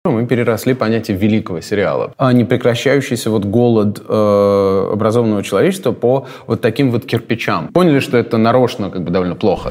Мы переросли понятие великого сериала. Непрекращающийся вот голод образованного человечества по вот таким вот кирпичам. Поняли, что это нарочно как бы довольно плохо.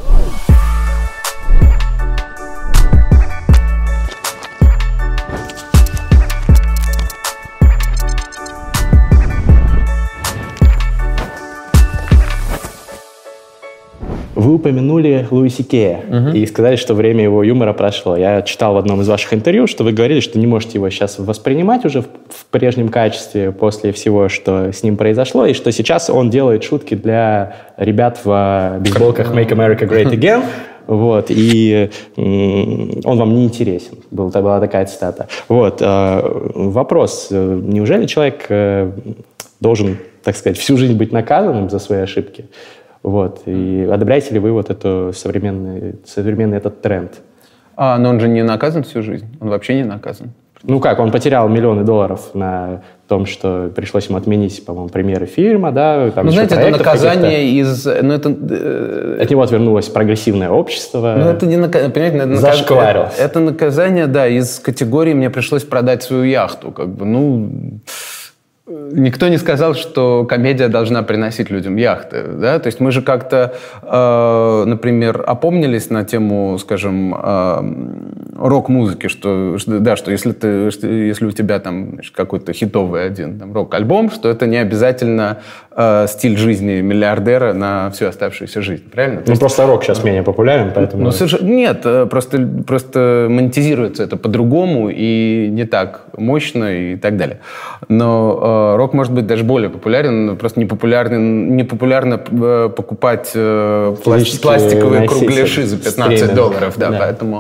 Вы упомянули Луиси Кея и сказали, что время его юмора прошло. Я читал в одном из ваших интервью, что вы говорили, что не можете его сейчас воспринимать уже в прежнем качестве после всего, что с ним произошло, и что сейчас он делает шутки для ребят в бейсболках «Make America Great Again». Вот, и он вам не интересен. Была такая цитата. Вот, вопрос. Неужели человек должен, так сказать, всю жизнь быть наказанным за свои ошибки? Вот. И одобряете ли вы вот эту современный этот тренд? Но он же не наказан всю жизнь. Он вообще не наказан. Ну как, он потерял миллионы долларов на том, что пришлось ему отменить, по-моему, премьеры фильма, да? Там знаете, это наказание из... От него отвернулось прогрессивное общество. Это не наказание. Зашкварился. Это наказание, да, из категории «мне пришлось продать свою яхту». Как бы, никто не сказал, что комедия должна приносить людям яхты. Да? То есть мы же как-то, например, опомнились на тему, скажем, рок-музыки, что если у тебя там какой-то хитовый один там, рок-альбом, что это не обязательно стиль жизни миллиардера на всю оставшуюся жизнь. Правильно? Просто рок сейчас менее популярен, поэтому... Нет, просто монетизируется это по-другому и не так мощно и так далее. Но рок может быть даже более популярен, просто непопулярно покупать пластиковые кругляши за $15. Да. Поэтому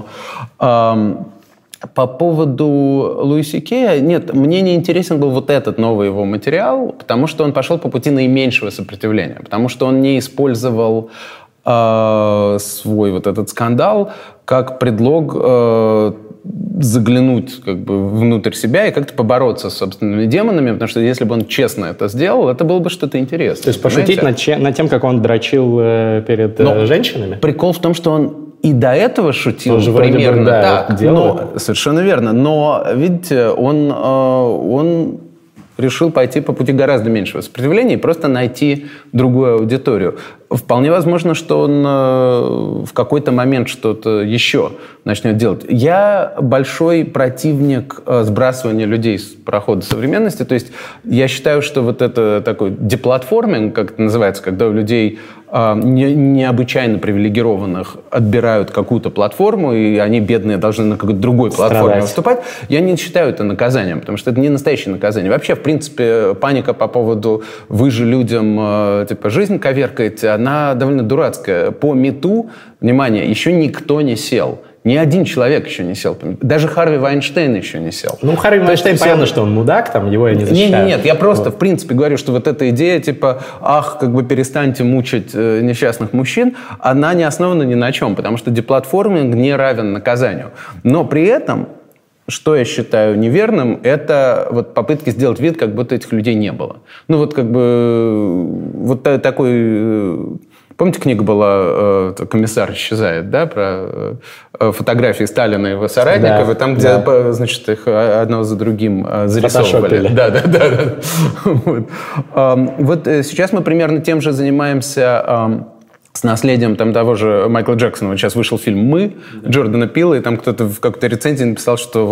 по поводу Луиси Кея, нет, мне не интересен был вот этот новый его материал, потому что он пошел по пути наименьшего сопротивления, потому что он не использовал свой вот этот скандал как предлог заглянуть как бы внутрь себя и как-то побороться с собственными демонами, потому что если бы он честно это сделал, это было бы что-то интересное. То есть пошутить над тем, как он дрочил перед женщинами? Прикол в том, что он и до этого шутил примерно так. Совершенно верно. Но, видите, он решил пойти по пути гораздо меньшего сопротивления и просто найти другую аудиторию. Вполне возможно, что он в какой-то момент что-то еще начнет делать. Я большой противник сбрасывания людей с парохода современности. То есть я считаю, что вот это такой деплатформинг, как это называется, когда у людей необычайно привилегированных отбирают какую-то платформу, и они, бедные, должны на какой-то другой платформе выступать. Я не считаю это наказанием, потому что это не настоящее наказание. Вообще, в принципе, паника по поводу «вы же людям жизнь коверкаете», она довольно дурацкая. По МИТУ, внимание, еще никто не сел. Ни один человек еще не сел. Даже Харви Вайнштейн еще не сел. Харви Вайнштейн, понятно, что он мудак, там его я не защищаю. Нет, я просто, в принципе, говорю, что вот эта идея, перестаньте мучить несчастных мужчин, она не основана ни на чем, потому что деплатформинг не равен наказанию. Но при этом, что я считаю неверным, это вот попытки сделать вид, как будто этих людей не было. Такой... Помните, книга была «Комиссар исчезает», да, про фотографии Сталина и его соратников, и там, где, значит, их одного за другим зарисовывали. Да. Вот сейчас мы примерно тем же занимаемся с наследием того же Майкла Джексона. Вот сейчас вышел фильм «Мы» Джордана Пила, и там кто-то в какой-то рецензии написал, что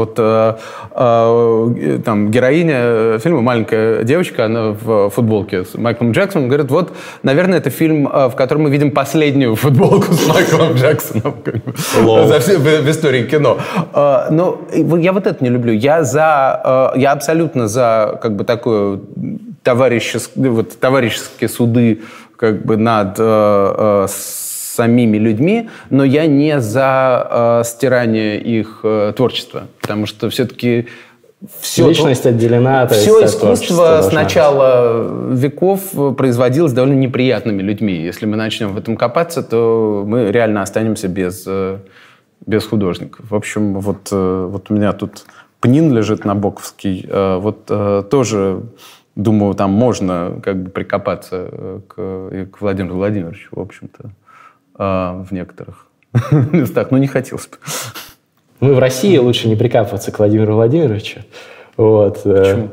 там героиня фильма, маленькая девочка, она в футболке с Майклом Джексоном, говорит, наверное, это фильм, в котором мы видим последнюю футболку с Майклом Джексоном в истории кино. Но я вот это не люблю. Я абсолютно за такое товарищеские суды над самими людьми, но я не за стирание их творчества, потому что все-таки личность отделена. Все искусство с начала веков производилось довольно неприятными людьми. Если мы начнем в этом копаться, то мы реально останемся без художников. В общем, вот у меня тут Пнин лежит набоковский, тоже... Думаю, там можно прикопаться к Владимиру Владимировичу, в общем-то, в некоторых местах. Не хотелось бы. Мы в России лучше не прикапываться к Владимиру Владимировичу. Вот. Почему?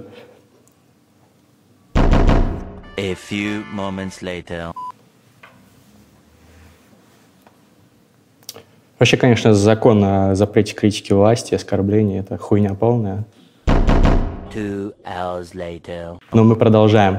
A few moments later. Вообще, конечно, закон о запрете критики власти, оскорблений – это хуйня полная. 2 hours later. Но мы продолжаем.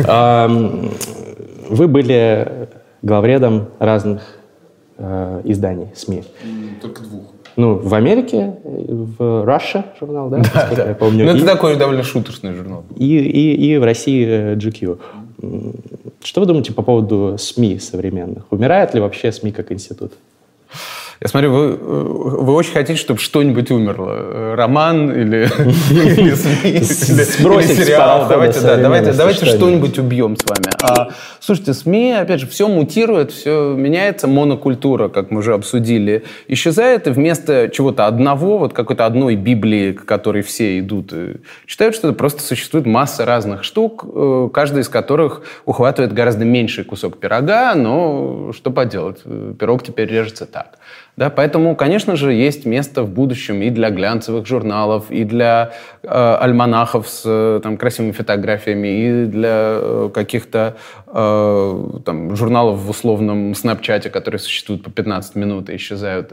Вы были главредом разных изданий, СМИ. Только 2. Ну, в Америке, в Russia журнал, да? Да. Я помню. Ну, это такой довольно шуточный журнал. И в России GQ. Что вы думаете по поводу СМИ современных? Умирает ли вообще СМИ как институт? Я смотрю, вы очень хотите, чтобы что-нибудь умерло. Роман или СМИ, или сериал. Давайте что-нибудь убьем с вами. Слушайте, СМИ, опять же, все мутирует, все меняется. Монокультура, как мы уже обсудили, исчезает, и вместо чего-то одного, вот какой-то одной Библии, к которой все идут и читают, что просто существует масса разных штук, каждая из которых ухватывает гораздо меньший кусок пирога, но что поделать, пирог теперь режется так. Да, поэтому, конечно же, есть место в будущем и для глянцевых журналов, и для альманахов с красивыми фотографиями, и для каких-то журналов в условном снапчате, которые существуют по 15 минут и исчезают.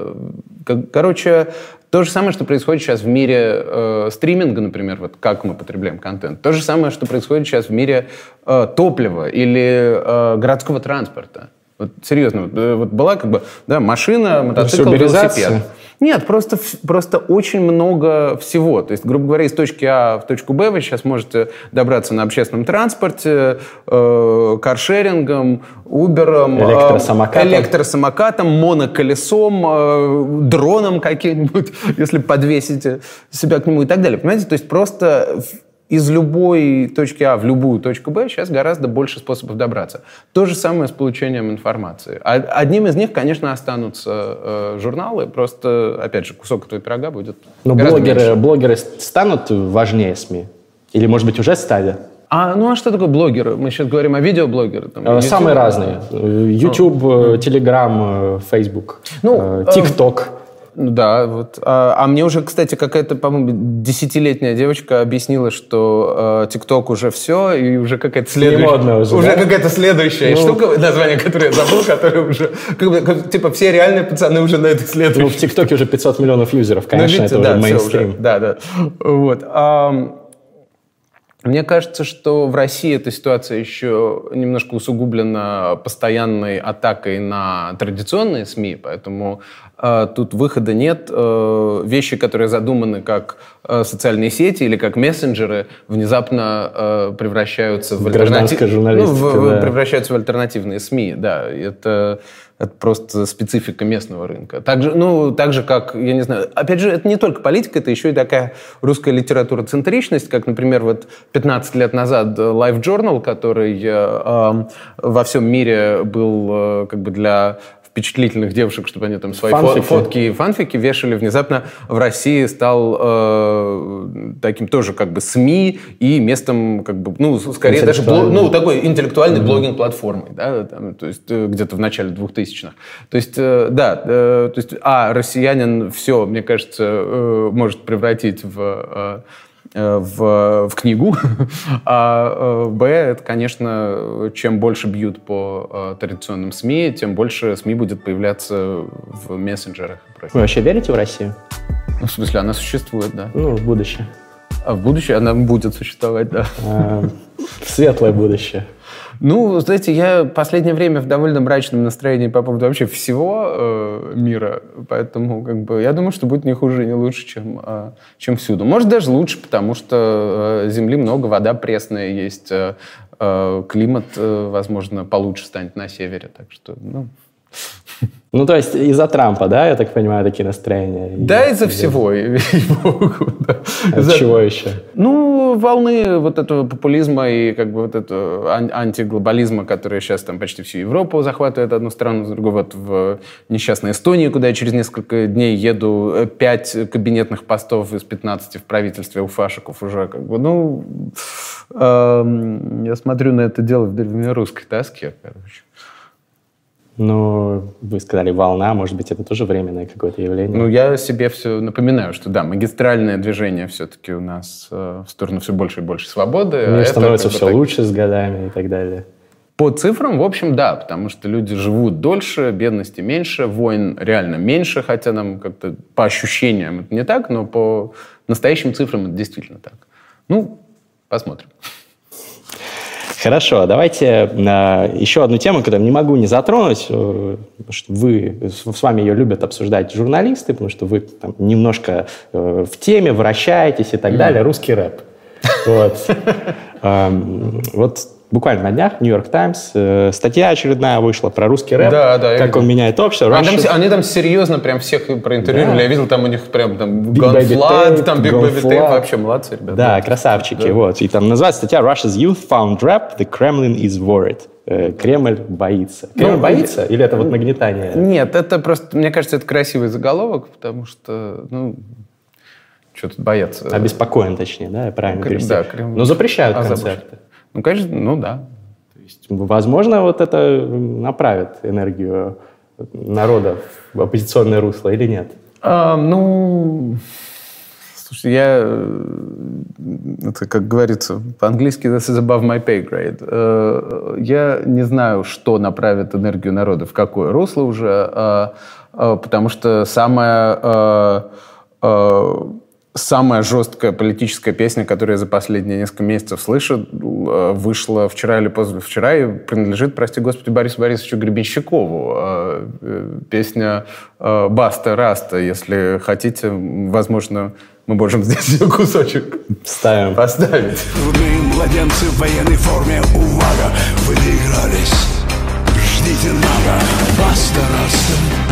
Короче, то же самое, что происходит сейчас в мире стриминга, например, вот как мы потребляем контент. То же самое, что происходит сейчас в мире топлива или городского транспорта. Вот серьезно, вот была машина, мотоцикл, велосипед. Нет, просто очень много всего. То есть, грубо говоря, из точки А в точку Б вы сейчас можете добраться на общественном транспорте, каршерингом, Убером, электросамокатом, моноколесом, дроном каким-нибудь, если подвесите себя к нему и так далее. Понимаете? То есть просто из любой точки А в любую точку Б сейчас гораздо больше способов добраться. То же самое с получением информации. Одним из них, конечно, останутся журналы, просто, опять же, кусок этого пирога будет. Но блогеры станут важнее СМИ? Или, может быть, уже стали? А что такое блогеры? Мы сейчас говорим о видеоблогерах. Самые разные. YouTube, Telegram, Facebook, TikTok. Да, вот. А мне уже, кстати, какая-то, по-моему, 10-летняя девочка объясила, что ТикТок уже все, и уже какая-то следующая... какая-то следующая штука, название которой я забыл, которая уже... все реальные пацаны уже на этой следующей. В ТикТоке уже 500 миллионов юзеров, конечно, это уже мейнстрим. Да. Вот. Мне кажется, что в России эта ситуация еще немножко усугублена постоянной атакой на традиционные СМИ, поэтому тут выхода нет. Вещи, которые задуманы как социальные сети или как мессенджеры, внезапно превращаются в превращаются в альтернативные СМИ. Да, это просто специфика местного рынка. Так же, как, я не знаю... Опять же, это не только политика, это еще и такая русская литература-центричность, как, например, 15 лет назад Life Journal, который во всем мире был для впечатлительных девушек, чтобы они там свои фотки и фанфики вешали, внезапно в России стал таким тоже СМИ и местом, скорее даже такой интеллектуальной блогинг-платформой, да, то есть где-то в начале 2000-х. То есть, россиянин все, мне кажется, может превратить в книгу, а Б, это, конечно, чем больше бьют по традиционным СМИ, тем больше СМИ будет появляться в мессенджерах. Вы вообще верите в Россию? В смысле, она существует, да. В будущее. А в будущее она будет существовать, да. В светлое будущее. Знаете, я в последнее время в довольно мрачном настроении по поводу вообще всего мира, поэтому я думаю, что будет не хуже и не лучше, чем всюду. Может, даже лучше, потому что земли много, вода пресная есть, климат, возможно, получше станет на севере, так что, то есть из-за Трампа, да, я так понимаю, такие настроения? Да, из-за всего. Из-за чего еще? Волны этого популизма и этого антиглобализма, который сейчас почти всю Европу захватывает одну страну, другую. В несчастной Эстонии, куда я через несколько дней еду, 5 кабинетных постов из 15 в правительстве у фашиков уже я смотрю на это дело в древнерусской тоске, короче. Ну, вы сказали волна, может быть, это тоже временное какое-то явление? Ну, я себе все напоминаю, что да, магистральное движение все-таки у нас в сторону все больше и больше свободы. Мир становится все лучше с годами и так далее. По цифрам, в общем, да, потому что люди живут дольше, бедности меньше, войн реально меньше, хотя нам как-то по ощущениям это не так, но по настоящим цифрам это действительно так. Ну, посмотрим. Хорошо, давайте еще одну тему, которую не могу не затронуть, потому что с вами ее любят обсуждать журналисты, потому что вы там немножко в теме, вращаетесь и так далее. Русский рэп. Вот буквально на днях Нью-Йорк Таймс статья очередная вышла про русский рэп, как он меняет общество. Они там серьезно прям всех проинтервьюировали. Я видел, там у них прям там Gunflood, там Big Baby Tape, вообще молодцы, ребята. Да, красавчики. Вот. И там называется статья «Russia's youth found rap, the Kremlin is worried». Кремль боится. Кремль боится? Или это вот нагнетание? Нет, это просто, мне кажется, это красивый заголовок, потому что, что тут бояться? Обеспокоен, точнее, да, правильно перевести. Да, Кремль. Но запрещают концерты. Ну, конечно, да. То есть, возможно, вот это направит энергию народа в оппозиционное русло или нет? Слушай, это, как говорится по-английски, this is above my pay grade. Я не знаю, что направит энергию народа, в какое русло уже, потому что самая жесткая политическая песня, которую я за последние несколько месяцев слышу, вышла вчера или позавчера и принадлежит, прости господи, Борису Борисовичу Гребенщикову. Песня «Баста, Раста». Если хотите, возможно, мы можем здесь кусочек поставить. Трудные младенцы в военной форме, увага, вы доигрались. Ждите нага, Баста, Раста.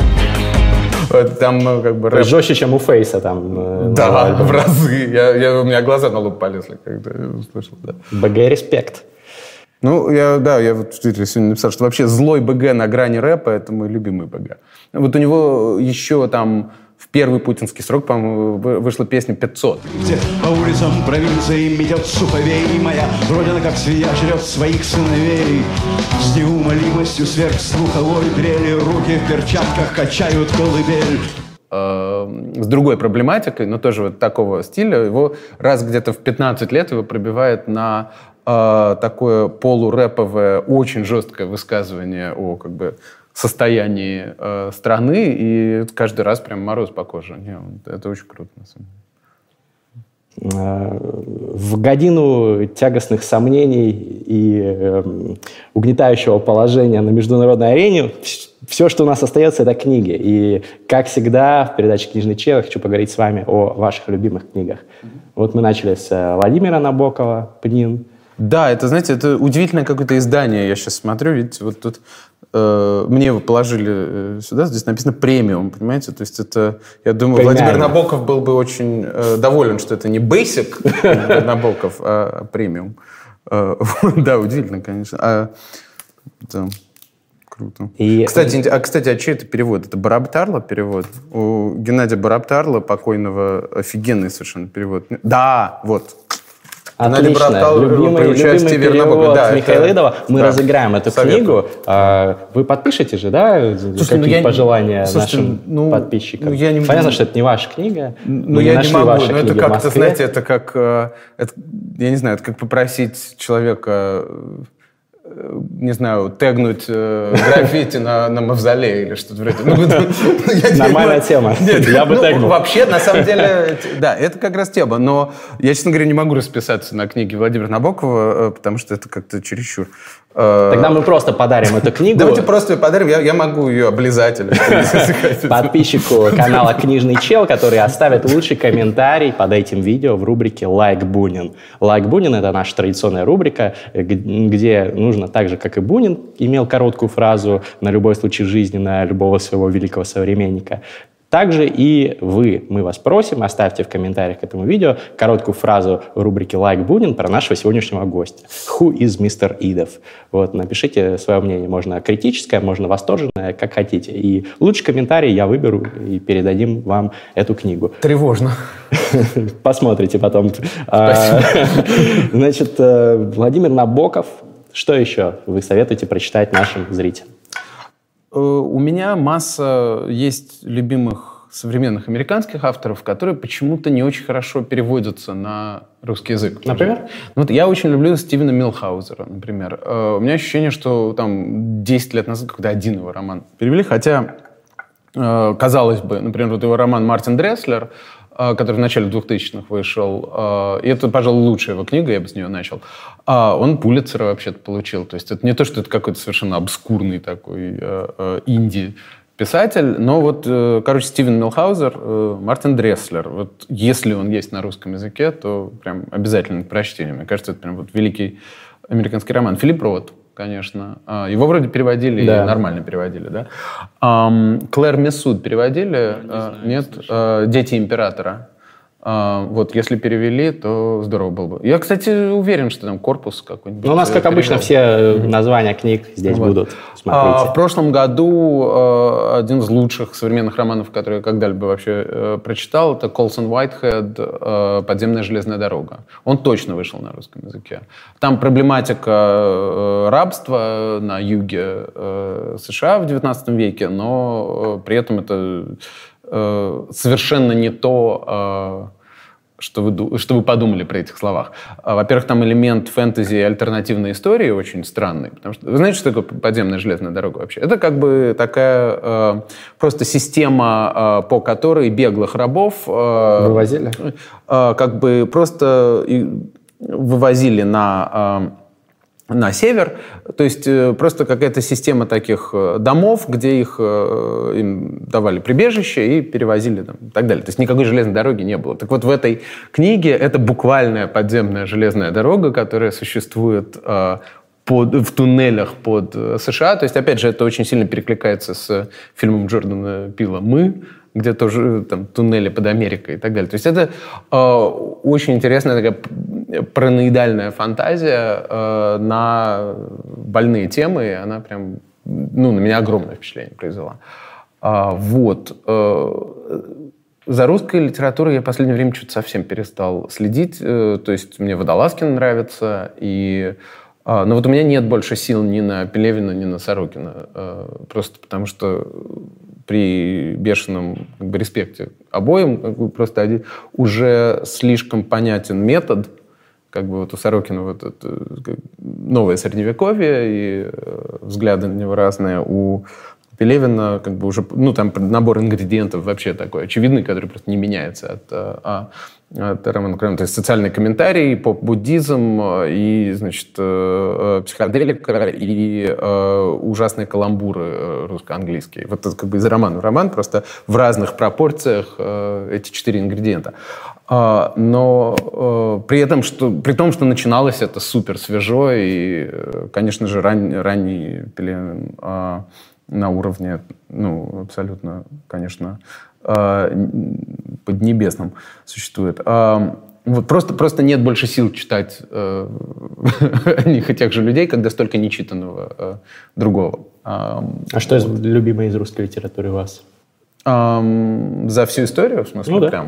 Там как бы рэп... Жестче, чем у Фейса там. Да, в разы. У меня глаза на лоб полезли, когда я услышал. Да. БГ респект. Ну, я вот в Твиттере сегодня написал, что вообще злой БГ на грани рэпа — это мой любимый БГ. Вот у него еще там в первый путинский срок, по-моему, вышла песня «500». Где по улицам провинции метет суховей, моя родина, как свинья, жрет своих сыновей. С неумолимостью сверхслуховой дрели руки в перчатках качают колыбель. С другой проблематикой, но тоже вот такого стиля, его раз где-то в 15 лет его пробивает на такое полурэповое, очень жесткое высказывание о как бы состоянии страны, и каждый раз прям мороз по коже. Это очень круто, на самом деле. В годину тягостных сомнений и угнетающего положения на международной арене все, что у нас остается, это книги. И, как всегда, в передаче «Книжный чел» я хочу поговорить с вами о ваших любимых книгах. Вот мы начали с Владимира Набокова «Пнин». Да, это, знаете, это удивительное какое-то издание. Я сейчас смотрю, видите, вот тут мне его положили сюда, здесь написано «премиум», понимаете? То есть это, я думаю, Владимир Набоков был бы очень доволен, что это не basic Набоков, а премиум. Да, удивительно, конечно. Да, круто. Кстати, а чей это перевод? Это Барабтарло перевод? У Геннадия Барабтарло, покойного, офигенный совершенно перевод. Да, вот. Отлично. Любимый перевод Михаила Идова. Мы разыграем эту книгу. Вы подпишете же, да? Какие пожелания нашим подписчикам? Понятно, что это не ваша книга. Ну, я не могу. Но это как-то, знаете, это как... Я не знаю, это как попросить человека... не знаю, тегнуть граффити на мавзолее или что-то вроде. Нормальная тема. Я бы тегнул. Вообще, на самом деле, да, это как раз тема. Но я, честно говоря, не могу расписаться на книге Владимира Набокова, потому что это как-то чересчур. Тогда мы просто подарим эту книгу. Давайте просто ее подарим. Я могу ее облизать. Подписчику канала «Книжный чел», который оставит лучший комментарий под этим видео в рубрике «Лайк Бунин». «Лайк Бунин» — это наша традиционная рубрика, где нужно так же, как и Бунин имел короткую фразу на любой случай жизни, на любого своего великого современника. Также и вы, мы вас просим, оставьте в комментариях к этому видео короткую фразу в рубрике «Лайк Бунин» про нашего сегодняшнего гостя. Who is Mr. Идов? Вот, напишите свое мнение. Можно критическое, можно восторженное, как хотите. И лучший комментарий я выберу и передадим вам эту книгу. Тревожно. Посмотрите потом. Спасибо. Значит, Владимир Набоков. Что еще вы советуете прочитать нашим зрителям? у меня масса есть любимых современных американских авторов, которые почему-то не очень хорошо переводятся на русский язык. Например? Вот я очень люблю Стивена Милхаузера, например. У меня ощущение, что там 10 лет назад, когда один его роман перевели, хотя, казалось бы, например, вот его роман «Мартин Дресслер», который в начале 2000-х вышел, и это, пожалуй, лучшая его книга, я бы с нее начал, он Пулитцера вообще-то получил. То есть это не то, что это какой-то совершенно обскурный такой инди-писатель, но вот, короче, Стивен Милхаузер, Мартин Дресслер, вот если он есть на русском языке, то прям обязательно к прочтению. Мне кажется, это прям вот великий американский роман. Филипп Рот, конечно. Его вроде переводили, да. И нормально переводили, да? Клэр Мессуд переводили? Нет? «Дети императора». Вот, если перевели, то здорово было бы. Я, кстати, уверен, что там корпус какой-нибудь. Ну, у нас, как обычно, все названия книг здесь будут. Смотрите. В прошлом году один из лучших современных романов, который я когда-либо вообще прочитал, это Колсон Уайтхед «Подземная железная дорога». Он точно вышел на русском языке. Там проблематика рабства на юге США в XIX веке, но при этом это совершенно не то, что вы подумали при этих словах. Во-первых, там элемент фэнтези и альтернативной истории очень странный. Потому что, вы знаете, что такое подземная железная дорога вообще? Это как бы такая просто система, по которой беглых рабов вывозили? Как бы просто вывозили на север, то есть просто какая-то система таких домов, где им давали прибежище и перевозили там, и так далее. То есть никакой железной дороги не было. Так вот в этой книге это буквальная подземная железная дорога, которая существует в туннелях под США. То есть, опять же, это очень сильно перекликается с фильмом Джордана Пила «Мы», где тоже там туннели под Америкой и так далее. То есть это очень интересная такая параноидальная фантазия на больные темы, и она прям, на меня огромное впечатление произвела. Вот. За русской литературой я в последнее время что-то совсем перестал следить. То есть мне Водолазкин нравится, но вот у меня нет больше сил ни на Пелевина, ни на Сорокина. Просто потому что при бешеном респекте обоим просто уже слишком понятен метод. Как бы вот у Сорокина вот это новое средневековье, и взгляды на него разные. У Пелевина как бы уже, там набор ингредиентов вообще такой очевидный, который просто не меняется от романа Крайнего. То есть социальный комментарий, поп-буддизм и, значит, психоделика и ужасные каламбуры русско-английские. Вот это как бы из романа в роман, просто в разных пропорциях эти 4 ингредиента. Но при том, что начиналось это супер свежо, и, конечно же, ранний Пелевин на уровне, абсолютно, конечно, поднебесном существует. Вот просто нет больше сил читать одних и тех же людей, когда столько нечитанного другого. А что из любимой из русской литературы у вас? За всю историю, в смысле, прям?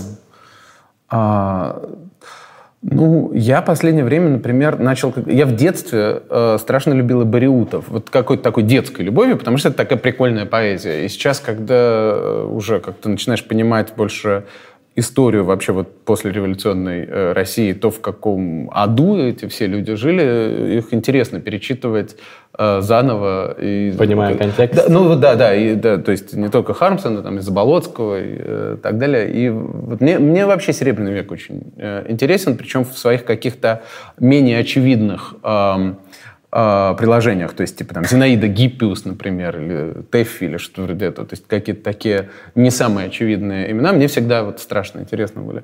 Я в последнее время, например, я в детстве страшно любила Бариутов. Вот какой-то такой детской любовью, потому что это такая прикольная поэзия. И сейчас, когда уже как-то начинаешь понимать больше историю вообще вот послереволюционной России, то, в каком аду эти все люди жили, их интересно перечитывать заново. Понимая контекст. Да, то есть не только Хармсона, там и Заболоцкого и так далее. И вот мне вообще Серебряный век очень интересен, причем в своих каких-то менее очевидных приложениях, то есть типа там Зинаида Гиппиус, например, или Тэффи, или что-то вроде этого, то есть какие-то такие не самые очевидные имена, мне всегда вот страшно интересно были.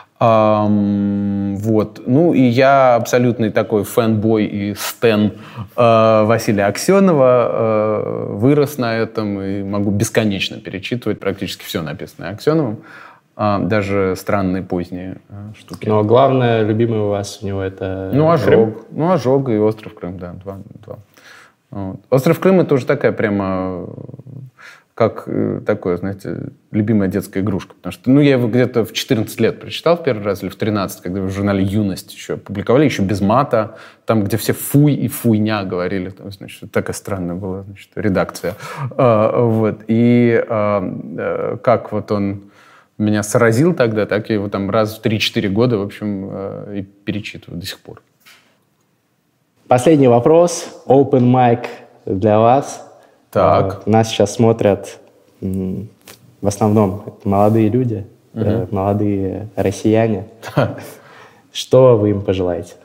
Вот. И я абсолютный такой фэнбой и стэн Василия Аксенова, вырос на этом и могу бесконечно перечитывать практически все написанное Аксеновым. Даже странные поздние штуки. Но главное, любимый у вас у него это «Ожог». «Ожог» и «Остров Крым», да. Два. Вот. «Остров Крым» — это уже такая прямо как такое, знаете, любимая детская игрушка. Потому что, я его где-то в 14 лет прочитал в первый раз, или в 13, когда в журнале «Юность» еще публиковали, еще без мата, там, где все «фуй» и «фуйня» говорили. Там, значит, такая странная была, значит, редакция. Вот. И как вот он меня сразил тогда, так я его там раз в 3-4 года, в общем, и перечитываю до сих пор. Последний вопрос. Open mic для вас. Так. Нас сейчас смотрят в основном молодые люди, молодые россияне. Что вы им пожелаете?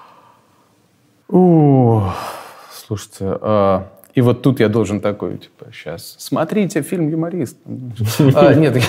Слушайте, и вот тут я должен такой, типа, сейчас, смотрите фильм «Юморист». Нет,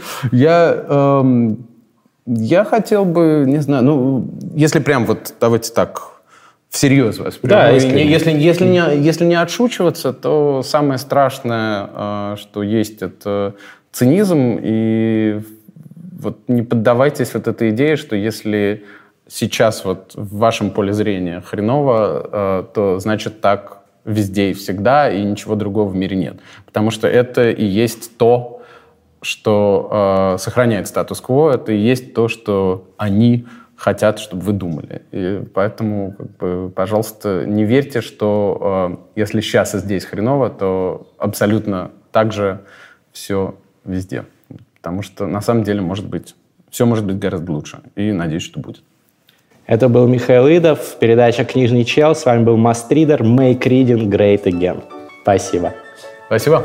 я хотел бы, не знаю, если прям вот, давайте так, всерьез вас. Да, если не отшучиваться, то самое страшное, что есть, это цинизм. И вот не поддавайтесь вот этой идее, что если сейчас вот в вашем поле зрения хреново, то значит так везде и всегда, и ничего другого в мире нет. Потому что это и есть то, что сохраняет статус-кво, это и есть то, что они хотят, чтобы вы думали. И поэтому, пожалуйста, не верьте, что если сейчас и здесь хреново, то абсолютно так же все везде. Потому что на самом деле все может быть гораздо лучше. И надеюсь, что будет. Это был Михаил Идов, передача «Книжный чел». С вами был Мастридер. Make reading great again. Спасибо. Спасибо.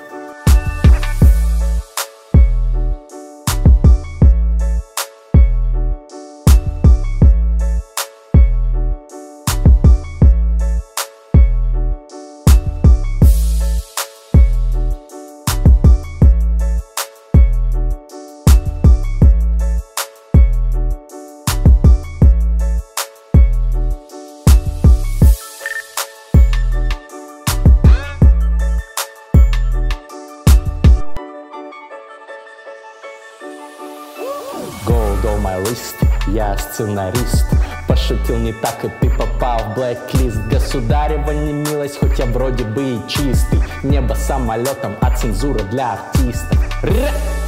Я сценарист, пошутил не так, и ты попал в блэк-лист. Государева немилость, хоть я вроде бы и чистый. Небо самолетом, а цензура для артистов.